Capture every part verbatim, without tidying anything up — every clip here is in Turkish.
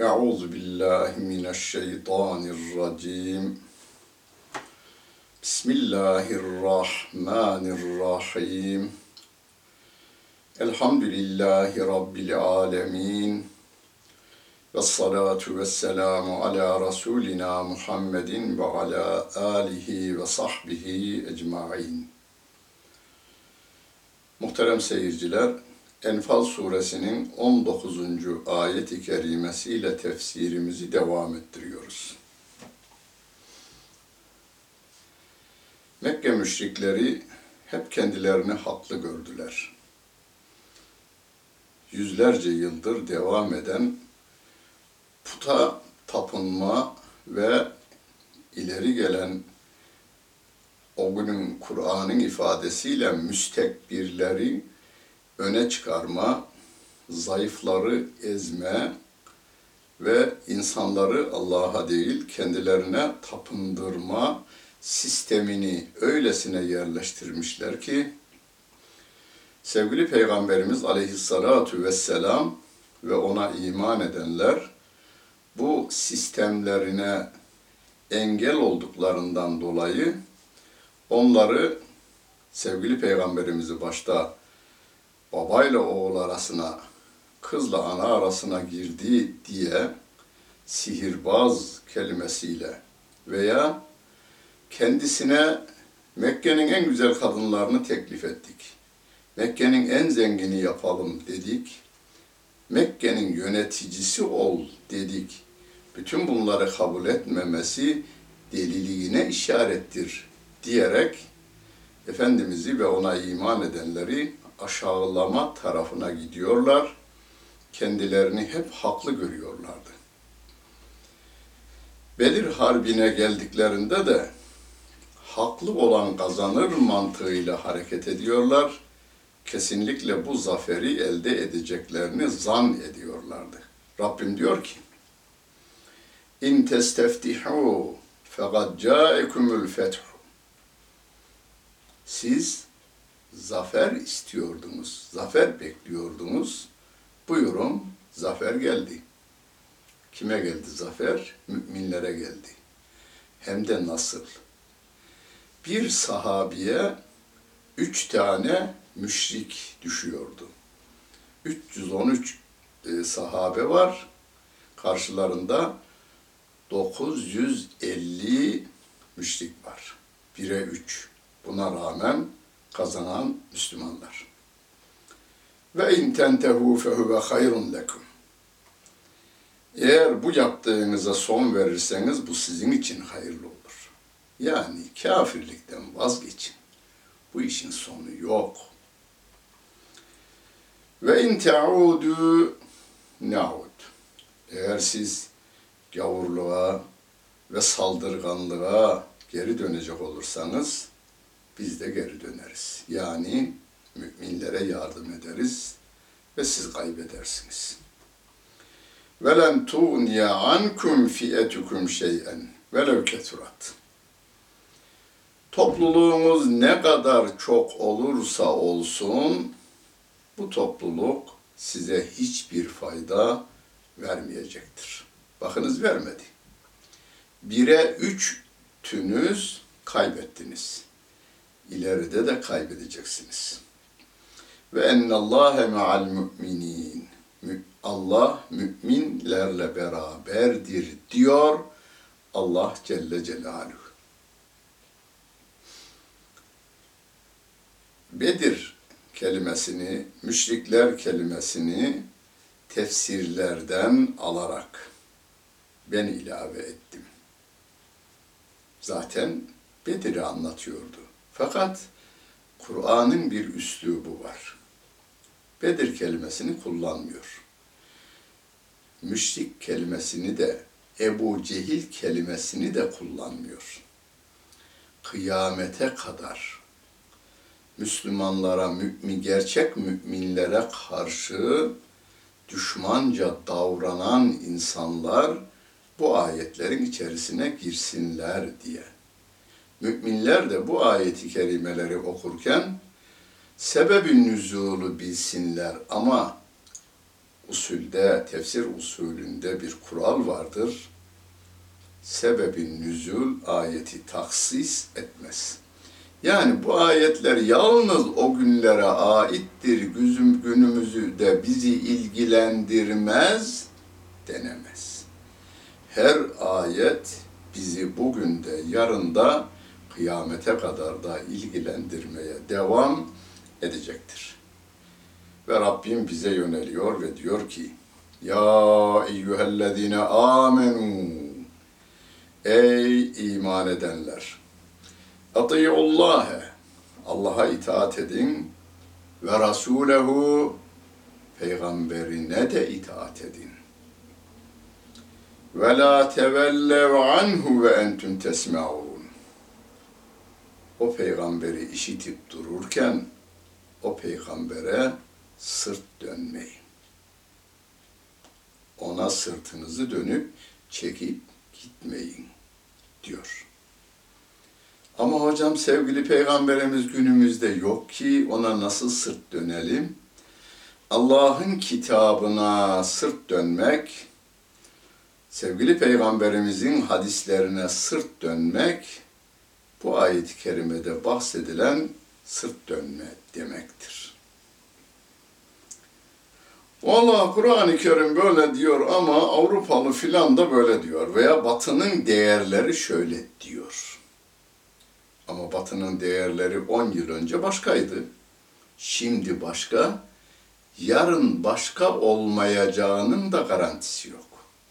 Euzu billahi mineşşeytanirracim. Bismillahirrahmanirrahim. Elhamdülillahi Rabbil alemin. Vessalatu vesselamu ala Resulina Muhammedin ve ala alihi ve sahbihi ecmain. Muhterem seyirciler, Enfal suresinin on dokuzuncu ayet-i kerimesiyle tefsirimizi devam ettiriyoruz. Mekke müşrikleri hep kendilerini haklı gördüler. Yüzlerce yıldır devam eden puta tapınma ve ileri gelen o günün Kur'an'ın ifadesiyle müstekbirleri öne çıkarma, zayıfları ezme ve insanları Allah'a değil kendilerine tapındırma sistemini öylesine yerleştirmişler ki sevgili Peygamberimiz Aleyhissalatu vesselam ve ona iman edenler bu sistemlerine engel olduklarından dolayı onları sevgili Peygamberimizi başta babayla oğul arasına, kızla ana arasına girdi diye sihirbaz kelimesiyle veya kendisine Mekke'nin en güzel kadınlarını teklif ettik. Mekke'nin en zengini yapalım dedik. Mekke'nin yöneticisi ol dedik. Bütün bunları kabul etmemesi deliliğine işarettir diyerek Efendimiz'i ve ona iman edenleri aşağılama tarafına gidiyorlar. Kendilerini hep haklı görüyorlardı. Bedir Harbi'ne geldiklerinde de haklı olan kazanır mantığıyla hareket ediyorlar. Kesinlikle bu zaferi elde edeceklerini zan ediyorlardı. Rabbim diyor ki: İn testeftihu fekad câekumul fethu. Siz zafer istiyordunuz, zafer bekliyordunuz. Buyurun, zafer geldi. Kime geldi zafer? Müminlere geldi. Hem de nasıl? Bir sahabiye üç tane müşrik düşüyordu. üç yüz on üç e, sahabe var. Karşılarında dokuz yüz elli müşrik var. Bire üç. Buna rağmen kazanan Müslümanlar. Ve in tentehu fehuve hayrun lekum. Eğer bu yaptığınıza son verirseniz bu sizin için hayırlı olur. Yani kafirlikten vazgeçin. Bu işin sonu yok. Ve in ta'udu na'ud. Eğer siz gavurluğa ve saldırganlığa geri dönecek olursanız biz de geri döneriz. Yani müminlere yardım ederiz ve siz kaybedersiniz. وَلَنْ تُغْنِيَ عَنْكُمْ فِئَتُكُمْ شَيْئًا وَلَوْ كَثُرَتْ. Topluluğunuz ne kadar çok olursa olsun, bu topluluk size hiçbir fayda vermeyecektir. Bakınız vermedi. Bire üç tünüz kaybettiniz. İleride de kaybedeceksiniz. Ve ennallâhe me'al mu'minin. Allah müminlerle beraberdir diyor Allah Celle Celaluhu. Bedir kelimesini, müşrikler kelimesini tefsirlerden alarak ben ilave ettim. Zaten Bedir'i anlatıyordu. Fakat Kur'an'ın bir üslubu var. Bedir kelimesini kullanmıyor. Müşrik kelimesini de, Ebu Cehil kelimesini de kullanmıyor. Kıyamete kadar Müslümanlara, mümin, gerçek müminlere karşı düşmanca davranan insanlar bu ayetlerin içerisine girsinler diye. Müminler de bu ayeti kerimeleri okurken sebebin nüzulu bilsinler ama usulde, tefsir usulünde bir kural vardır. Sebebin nüzul ayeti taksis etmez. Yani bu ayetler yalnız o günlere aittir, gözüm günümüzü de bizi ilgilendirmez denemez. Her ayet bizi bugün de yarın da kıyamete kadar da ilgilendirmeye devam edecektir. Ve Rabbim bize yöneliyor ve diyor ki, Ya eyyühellezine amenu, ey iman edenler, Atiyullâhe, Allah'a itaat edin ve Rasûlehu, peygamberine de itaat edin. Ve la tevellev anhu ve entüm tesme'un. O peygamberi işitip dururken o peygambere sırt dönmeyin. Ona sırtınızı dönüp çekip gitmeyin diyor. Ama hocam sevgili peygamberimiz günümüzde yok ki ona nasıl sırt dönelim? Allah'ın kitabına sırt dönmek, sevgili peygamberimizin hadislerine sırt dönmek, bu ayet-i kerimede bahsedilen sırt dönme demektir. Vallahi Kur'an-ı Kerim böyle diyor ama Avrupalı filan da böyle diyor veya Batı'nın değerleri şöyle diyor. Ama Batı'nın değerleri on yıl önce başkaydı. Şimdi başka, yarın başka olmayacağının da garantisi yok.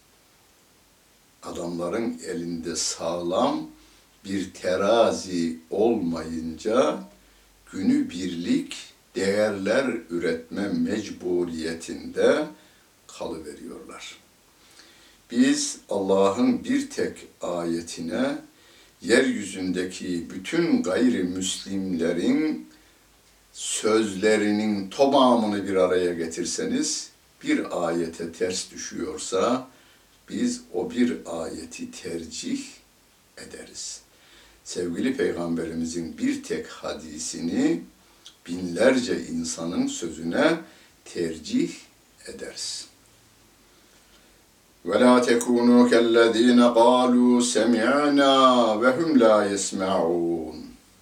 Adamların elinde sağlam bir terazi olmayınca günübirlik değerler üretme mecburiyetinde kalıveriyorlar. Biz Allah'ın bir tek ayetine yeryüzündeki bütün gayrimüslimlerin sözlerinin tamamını bir araya getirseniz, bir ayete ters düşüyorsa, biz o bir ayeti tercih ederiz. Sevgili Peygamberimizin bir tek hadisini binlerce insanın sözüne tercih ederiz. وَلَا تَكُونُوا كَالَّذ۪ينَ قَالُوا سَمِعْنَا وَهُمْ لَا يَسْمَعُونَ.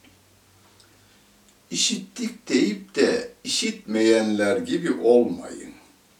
İşittik deyip de işitmeyenler gibi olmayın.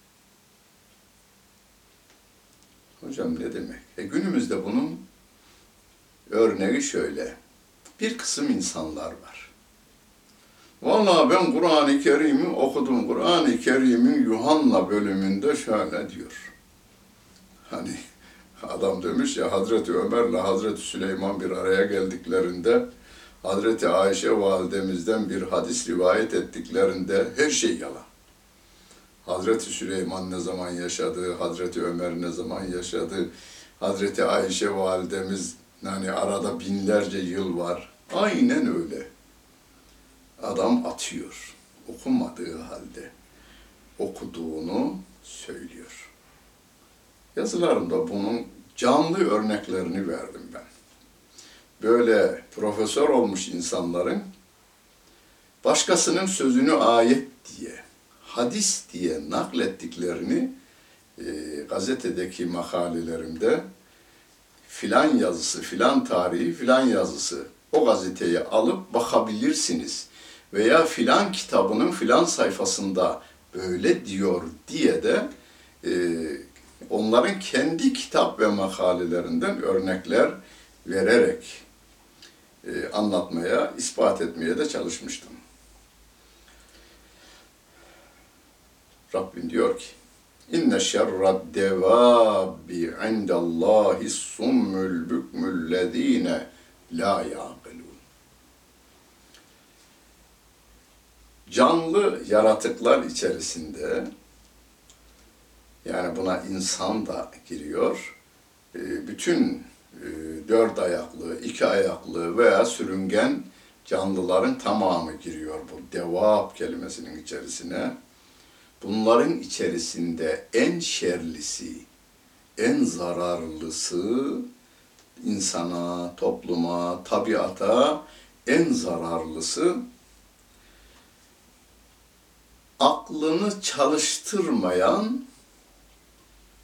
Hocam ne demek? E günümüzde bunun örneği şöyle. Bir kısım insanlar var. Vallahi ben Kur'an-ı Kerim'i okudum. Kur'an-ı Kerim'in Yuhanna bölümünde şöyle diyor. Hani adam demiş ya, Hazreti Ömer'le Hazreti Süleyman bir araya geldiklerinde, Hazreti Ayşe validemizden bir hadis rivayet ettiklerinde her şey yalan. Hazreti Süleyman ne zaman yaşadı, Hazreti Ömer ne zaman yaşadı, Hazreti Ayşe validemiz, yani arada binlerce yıl var. Aynen öyle. Adam atıyor. Okumadığı halde okuduğunu söylüyor. Yazılarımda bunun canlı örneklerini verdim ben. Böyle profesör olmuş insanların başkasının sözünü ayet diye, hadis diye naklettiklerini e, gazetedeki makalelerimde filan yazısı, filan tarihi, filan yazısı, o gazeteyi alıp bakabilirsiniz. Veya filan kitabının filan sayfasında böyle diyor diye de e, onların kendi kitap ve makalelerinden örnekler vererek e, anlatmaya, ispat etmeye de çalışmıştım. Rabbim diyor ki, İnne şerrad devâbi indallâhi summul bükmüllezîne lâ yâkilûn. Canlı yaratıklar içerisinde, yani buna insan da giriyor, bütün dört ayaklı, iki ayaklı veya sürüngen canlıların tamamı giriyor bu devâb kelimesinin içerisine. Bunların içerisinde en şerlisi, en zararlısı, insana, topluma, tabiata en zararlısı, aklını çalıştırmayan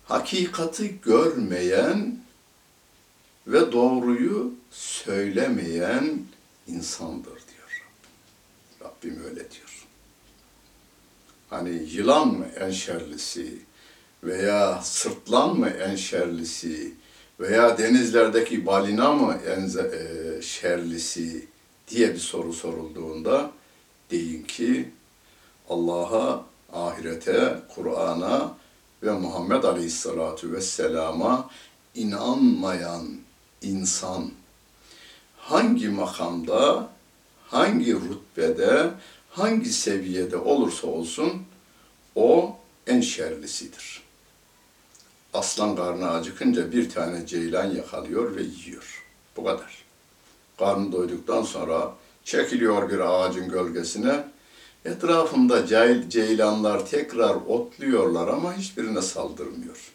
hakikati görmeyen ve doğruyu söylemeyen insandır diyor Rabbim. Rabbim öyle diyor. Hani yılan mı en şerlisi veya sırtlan mı en şerlisi veya denizlerdeki balina mı en e, şerlisi diye bir soru sorulduğunda deyin ki Allah'a, ahirete, Kur'an'a ve Muhammed Aleyhisselatü Vesselam'a inanmayan insan hangi makamda, hangi rütbede, hangi seviyede olursa olsun o en şerlisidir. Aslan karnı acıkınca bir tane ceylan yakalıyor ve yiyor. Bu kadar. Karnı doyduktan sonra çekiliyor bir ağacın gölgesine. Etrafında ceyl, ceylanlar tekrar otluyorlar ama hiçbirine saldırmıyor.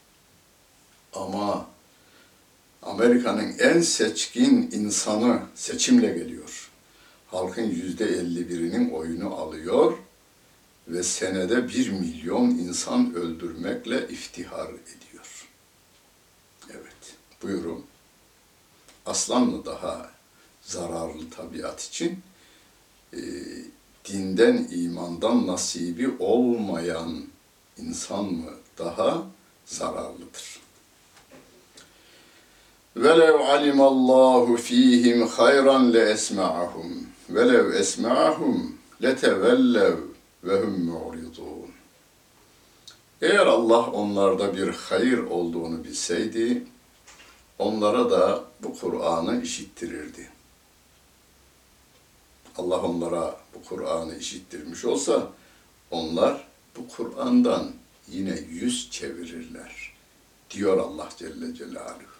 Ama Amerika'nın en seçkin insanı seçimle geliyor. Halkın yüzde elli birinin oyunu alıyor ve senede bir milyon insan öldürmekle iftihar ediyor. Evet, buyurun. Aslan mı daha zararlı tabiat için? E, dinden, imandan nasibi olmayan insan mı daha zararlıdır? وَلَوْ عَلِمَ اللّٰهُ ف۪يهِمْ خَيْرًا لَاَسْمَعَهُمْ وَلَوْ اَسْمَعَهُمْ لَتَوَلَّوْا وَهُمْ مُعْرِضُونَ. Eğer Allah onlarda bir hayır olduğunu bilseydi, onlara da bu Kur'an'ı işittirirdi. Allah onlara bu Kur'an'ı işittirmiş olsa, onlar bu Kur'an'dan yine yüz çevirirler, diyor Allah Celle Celaluhu.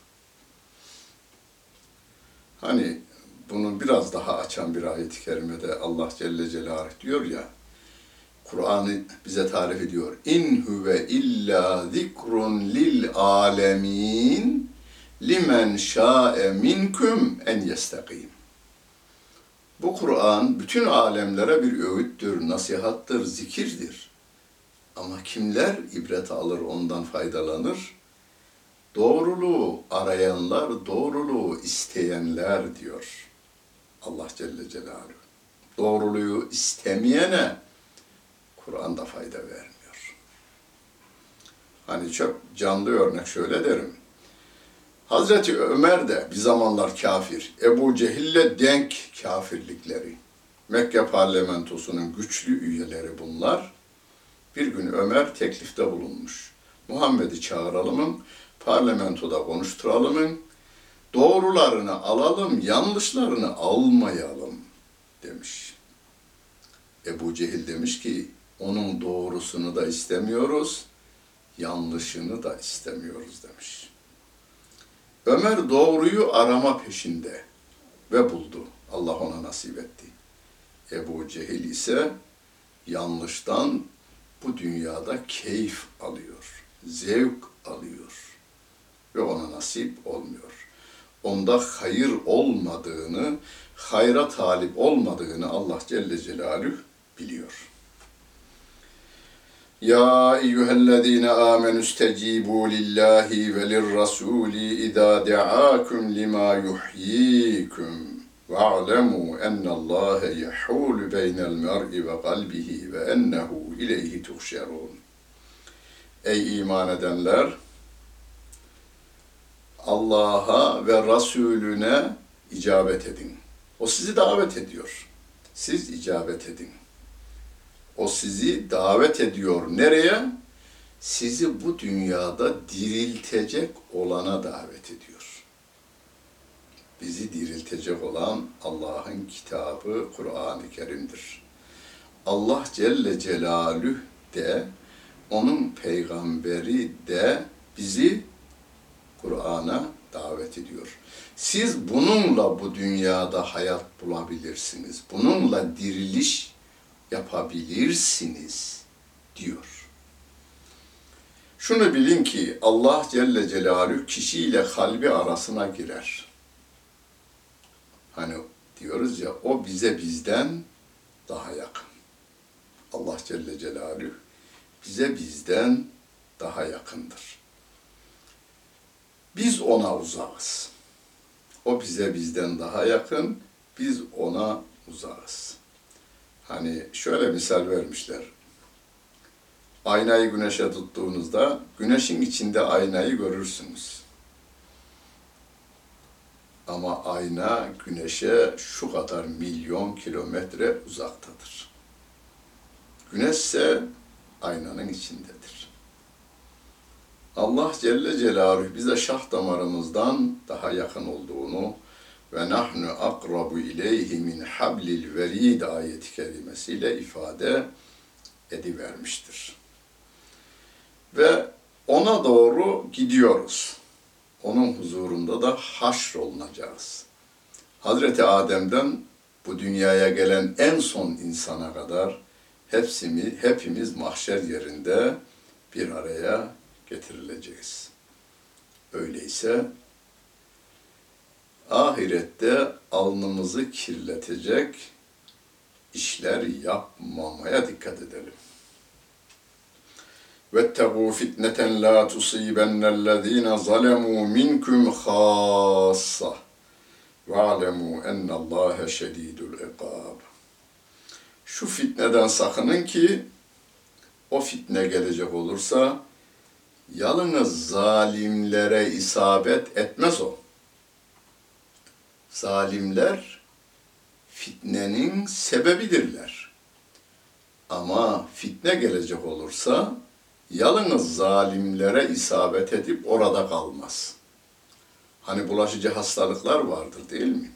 Hani bunu biraz daha açan bir ayet-i kerimede Allah Celle Celaluhu diyor ya, Kur'an'ı bize tarif ediyor. İn huve illa zikrun lil alemin limen şa'e minkum en yestakim. Bu Kur'an bütün alemlere bir öğüttür, nasihattır, zikirdir. Ama kimler ibret alır, ondan faydalanır? Doğruluğu arayanlar, doğruluğu isteyenler diyor Allah Celle Celaluhu. Doğruluğu istemeyene Kur'an da fayda vermiyor. Hani çok canlı örnek şöyle derim. Hazreti Ömer de bir zamanlar kafir. Ebu Cehil'le denk kafirlikleri. Mekke parlamentosunun güçlü üyeleri bunlar. Bir gün Ömer teklifte bulunmuş. Muhammed'i çağıralım, parlamentoda konuşturalım, doğrularını alalım, yanlışlarını almayalım demiş. Ebu Cehil demiş ki, onun doğrusunu da istemiyoruz, yanlışını da istemiyoruz demiş. Ömer doğruyu arama peşinde ve buldu. Allah ona nasip etti. Ebu Cehil ise yanlıştan bu dünyada keyif alıyor, zevk alıyor ve ona nasip olmuyor. Onda hayır olmadığını, hayra talip olmadığını Allah Celle Celaluhu biliyor. Ya eyyühellezine amenü istecibu lillahi ve lirrasuli idâ de'âkum limâ yuhyikum ve'alemû ennallâhe yehûlü beynel mer'i ve kalbihi ve ennehu ileyhi tuhşerûn. Ey iman edenler! Allah'a ve Resulüne icabet edin. O sizi davet ediyor. Siz icabet edin. O sizi davet ediyor. Nereye? Sizi bu dünyada diriltecek olana davet ediyor. Bizi diriltecek olan Allah'ın kitabı Kur'an-ı Kerim'dir. Allah Celle Celaluhu de, onun peygamberi de bizi Kur'an'a davet ediyor. Siz bununla bu dünyada hayat bulabilirsiniz. Bununla diriliş yapabilirsiniz diyor. Şunu bilin ki Allah Celle Celaluhu kişiyle kalbi arasına girer. Hani diyoruz ya, o bize bizden daha yakın. Allah Celle Celaluhu bize bizden daha yakındır. biz ona uzağız. O bize bizden daha yakın, biz ona uzağız. Hani şöyle misal vermişler. Aynayı güneşe tuttuğunuzda güneşin içinde aynayı görürsünüz. Ama ayna güneşe şu kadar milyon kilometre uzaktadır. Güneş ise aynanın içindedir. Allah Celle Celaluhu bize şah damarımızdan daha yakın olduğunu ve nahnu akrabu ileyhi min hablil verid ayeti kerimesiyle ifade edivermiştir. Ve ona doğru gidiyoruz. Onun huzurunda da haşrolunacağız. Hazreti Adem'den bu dünyaya gelen en son insana kadar hepsimiz, hepimiz mahşer yerinde bir araya getirileceğiz. Öyleyse ahirette alnımızı kirletecek işler yapmamaya dikkat edelim. وَاتَّقُوا فِتْنَةً لَا تُصِيبَنَّ الَّذ۪ينَ ظَلَمُوا مِنْكُمْ خَاصَّةً وَاعْلَمُوا اَنَّ اللّٰهَ شَد۪يدُ الْعِقَابِ. Şu fitneden sakının ki o fitne gelecek olursa yalnız zalimlere isabet etmez o. Zalimler fitnenin sebebidirler. Ama fitne gelecek olursa yalnız zalimlere isabet edip orada kalmaz. Hani bulaşıcı hastalıklar vardır değil mi?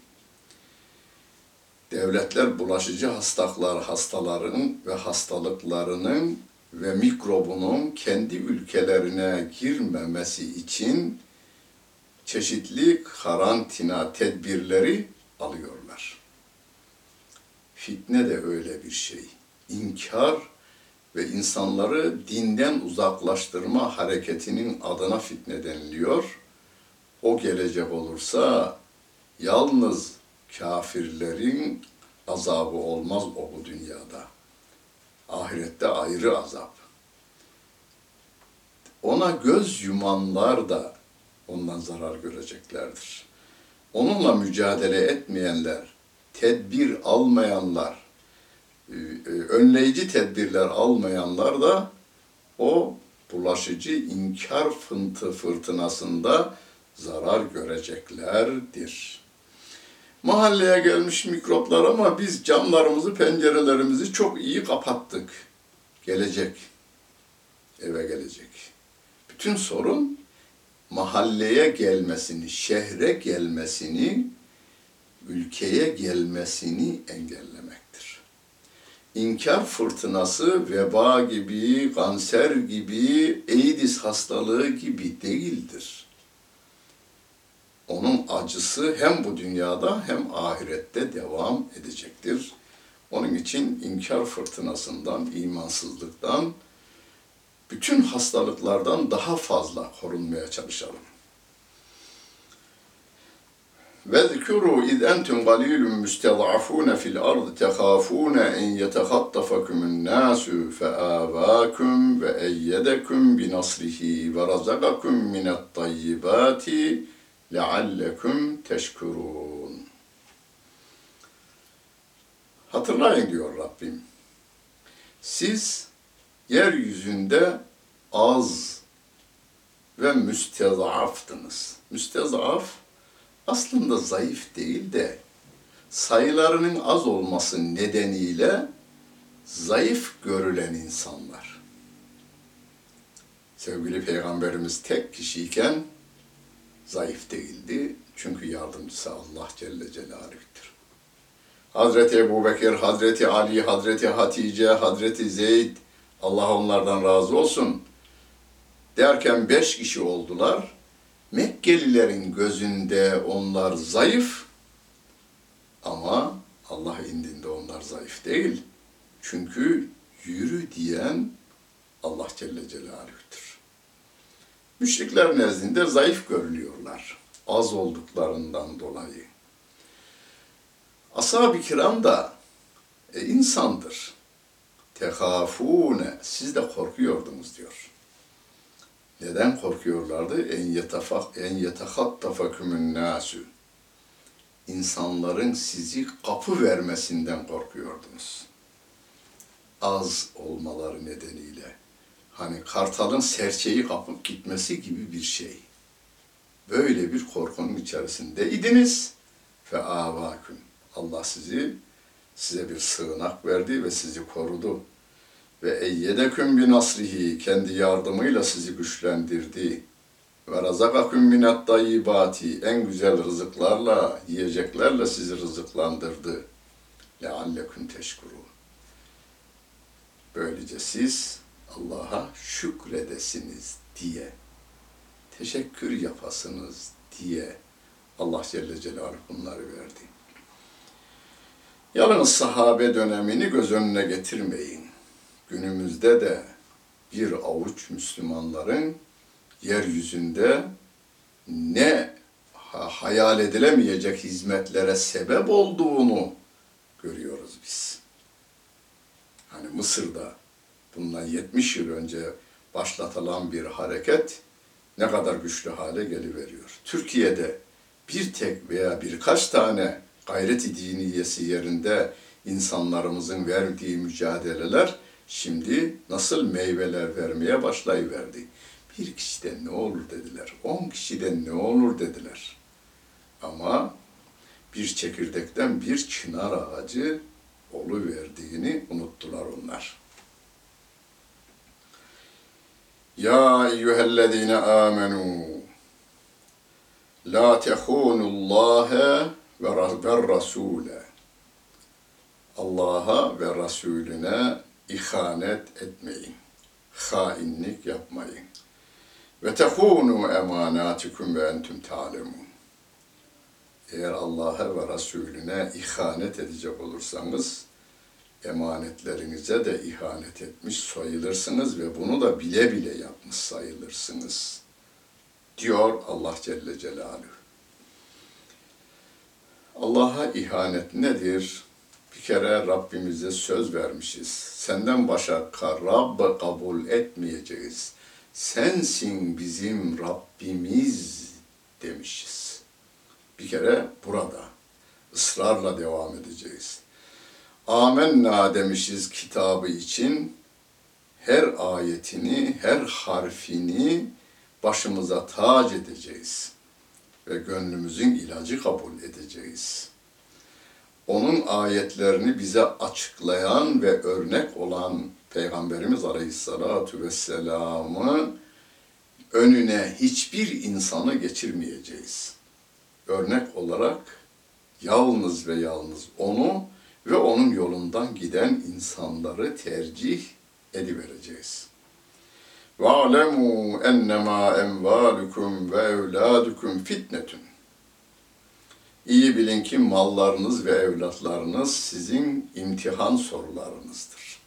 Devletler bulaşıcı hastalıklar, hastaların ve hastalıklarının ve mikrobunun kendi ülkelerine girmemesi için çeşitli karantina tedbirleri alıyorlar. Fitne de öyle bir şey. İnkar ve insanları dinden uzaklaştırma hareketinin adına fitne deniliyor. O gelecek olursa yalnız kafirlerin azabı olmaz o bu dünyada. Ahirette ayrı azap. Ona göz yumanlar da ondan zarar göreceklerdir. Onunla mücadele etmeyenler, tedbir almayanlar, önleyici tedbirler almayanlar da o bulaşıcı inkar fıntı fırtınasında zarar göreceklerdir. Mahalleye gelmiş mikroplar ama biz camlarımızı, pencerelerimizi çok iyi kapattık. Gelecek, eve gelecek. Bütün sorun mahalleye gelmesini, şehre gelmesini, ülkeye gelmesini engellemektir. İnkar fırtınası veba gibi, kanser gibi, AIDS hastalığı gibi değildir. Onun acısı hem bu dünyada hem ahirette devam edecektir. Onun için inkar fırtınasından, imansızlıktan, bütün hastalıklardan daha fazla korunmaya çalışalım. وَذْكُرُوا اِذْ اَنْتُمْ قَلِيلٌ مُسْتَضْعَفُونَ فِي الْأَرْضِ تَخَافُونَ اَنْ يَتَخَطَّفَكُمُ النَّاسُ فَآوَاكُمْ وَأَيَّدَكُمْ بِنَصْرِهِ وَرَزَقَكُمْ مِنَ الطَّيِّبَاتِ لَعَلَّكُمْ تَشْكُرُونَ. Hatırlayın diyor Rabbim. Siz yeryüzünde az ve müstezaaftınız. Müstezaaf aslında zayıf değil de sayılarının az olması nedeniyle zayıf görülen insanlar. Sevgili Peygamberimiz tek kişiyken zayıf değildi. Çünkü yardımcısı Allah Celle Celaluhu'dur. Hazreti Ebubekir, Hazreti Ali, Hazreti Hatice, Hazreti Zeyd, Allah onlardan razı olsun derken beş kişi oldular. Mekkelilerin gözünde onlar zayıf ama Allah indinde onlar zayıf değil. Çünkü yürü diyen Allah Celle Celaluhu'dur. Müşrikler nezdinde zayıf görülüyorlar. Az olduklarından dolayı. Ashab-ı kiram da e, insandır. Tehafune, siz de korkuyordunuz diyor. Neden korkuyorlardı? En yetafak en yetahattafakümün nasu. İnsanların sizi kapı vermesinden korkuyordunuz. Az olmaları nedeniyle. Hani kartalın serçeyi kapıp gitmesi gibi bir şey. Böyle bir korkunun içerisindeydiniz. Fe avâküm. Allah sizi, size bir sığınak verdi ve sizi korudu. Ve eyyedeküm bi nasrihi, kendi yardımıyla sizi güçlendirdi. Ve razakaküm minat tayyibati, en güzel rızıklarla, yiyeceklerle sizi rızıklandırdı. Lealleküm teşkurûn. Böylece siz Allah'a şükredesiniz diye, teşekkür yapasınız diye Allah Celle Celaluhu bunları verdi. Yalnız sahabe dönemini göz önüne getirmeyin. Günümüzde de bir avuç Müslümanların yeryüzünde ne hayal edilemeyecek hizmetlere sebep olduğunu görüyoruz biz. Hani Mısır'da bundan yetmiş yıl önce başlatılan bir hareket ne kadar güçlü hale geliveriyor. Türkiye'de bir tek veya birkaç tane gayret-i diniyesi yerinde insanlarımızın verdiği mücadeleler şimdi nasıl meyveler vermeye başlayıverdi. Bir kişiden ne olur dediler, on kişiden ne olur dediler. Ama bir çekirdekten bir çınar ağacı oluverdiğini unuttular onlar. Ya eyyühellezine amenu la tehunullâhe ve rasûle. Allah'a ve Resulüne ihanet etmeyin. Hainlik yapmayın. Ve tehunu emanatikum ve entüm ta'lemun. Eğer Allah'a ve Resulüne ihanet edecek olursanız, emanetlerinize de ihanet etmiş sayılırsınız ve bunu da bile bile yapmış sayılırsınız. Diyor Allah Celle Celaluhu. Allah'a ihanet nedir? Bir kere Rabbimize söz vermişiz. Senden başka Rabb'ı kabul etmeyeceğiz. Sensin bizim Rabbimiz demişiz. Bir kere burada ısrarla devam edeceğiz. Âmennâ demişiz kitabı için. Her ayetini, her harfini başımıza tac edeceğiz. Ve gönlümüzün ilacı kabul edeceğiz. Onun ayetlerini bize açıklayan ve örnek olan Peygamberimiz Aleyhissalatu Vesselam'ı önüne hiçbir insanı geçirmeyeceğiz. Örnek olarak yalnız ve yalnız onu ve onun yolundan giden insanları tercih edivereceğiz. وَعْلَمُوا اَنَّمَا اَنْوَالُكُمْ وَاَوْلَادُكُمْ fitnetun. İyi bilin ki mallarınız ve evlatlarınız sizin imtihan sorularınızdır.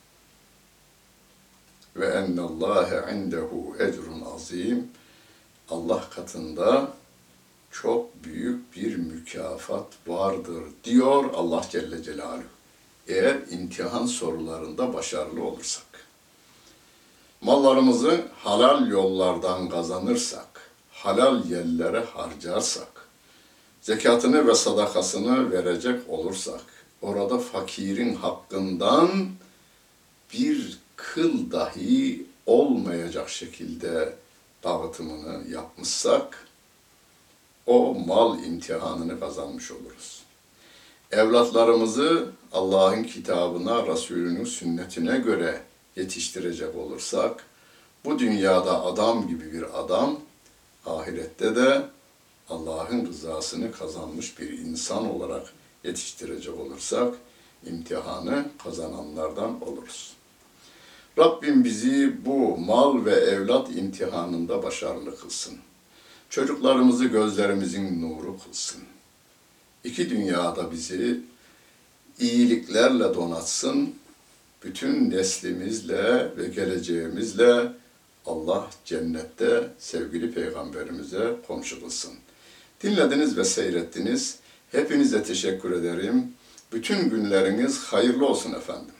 Ve ennallâhe indehu ecrun azim. Allah katında çok büyük bir mükafat vardır diyor Allah Celle Celaluhu. Eğer imtihan sorularında başarılı olursak. Mallarımızı halal yollardan kazanırsak, halal yerlere harcarsak, zekatını ve sadakasını verecek olursak, orada fakirin hakkından bir kıl dahi olmayacak şekilde dağıtımını yapmışsak, o mal imtihanını kazanmış oluruz. Evlatlarımızı Allah'ın kitabına, Resulünün sünnetine göre yetiştirecek olursak, bu dünyada adam gibi bir adam, ahirette de Allah'ın rızasını kazanmış bir insan olarak yetiştirecek olursak, imtihanı kazananlardan oluruz. Rabbim bizi bu mal ve evlat imtihanında başarılı kılsın. Çocuklarımızı gözlerimizin nuru kılsın. İki dünyada bizi iyiliklerle donatsın. Bütün neslimizle ve geleceğimizle Allah cennette sevgili Peygamberimize komşu kılsın. Dinlediniz ve seyrettiniz. Hepinize teşekkür ederim. Bütün günleriniz hayırlı olsun efendim.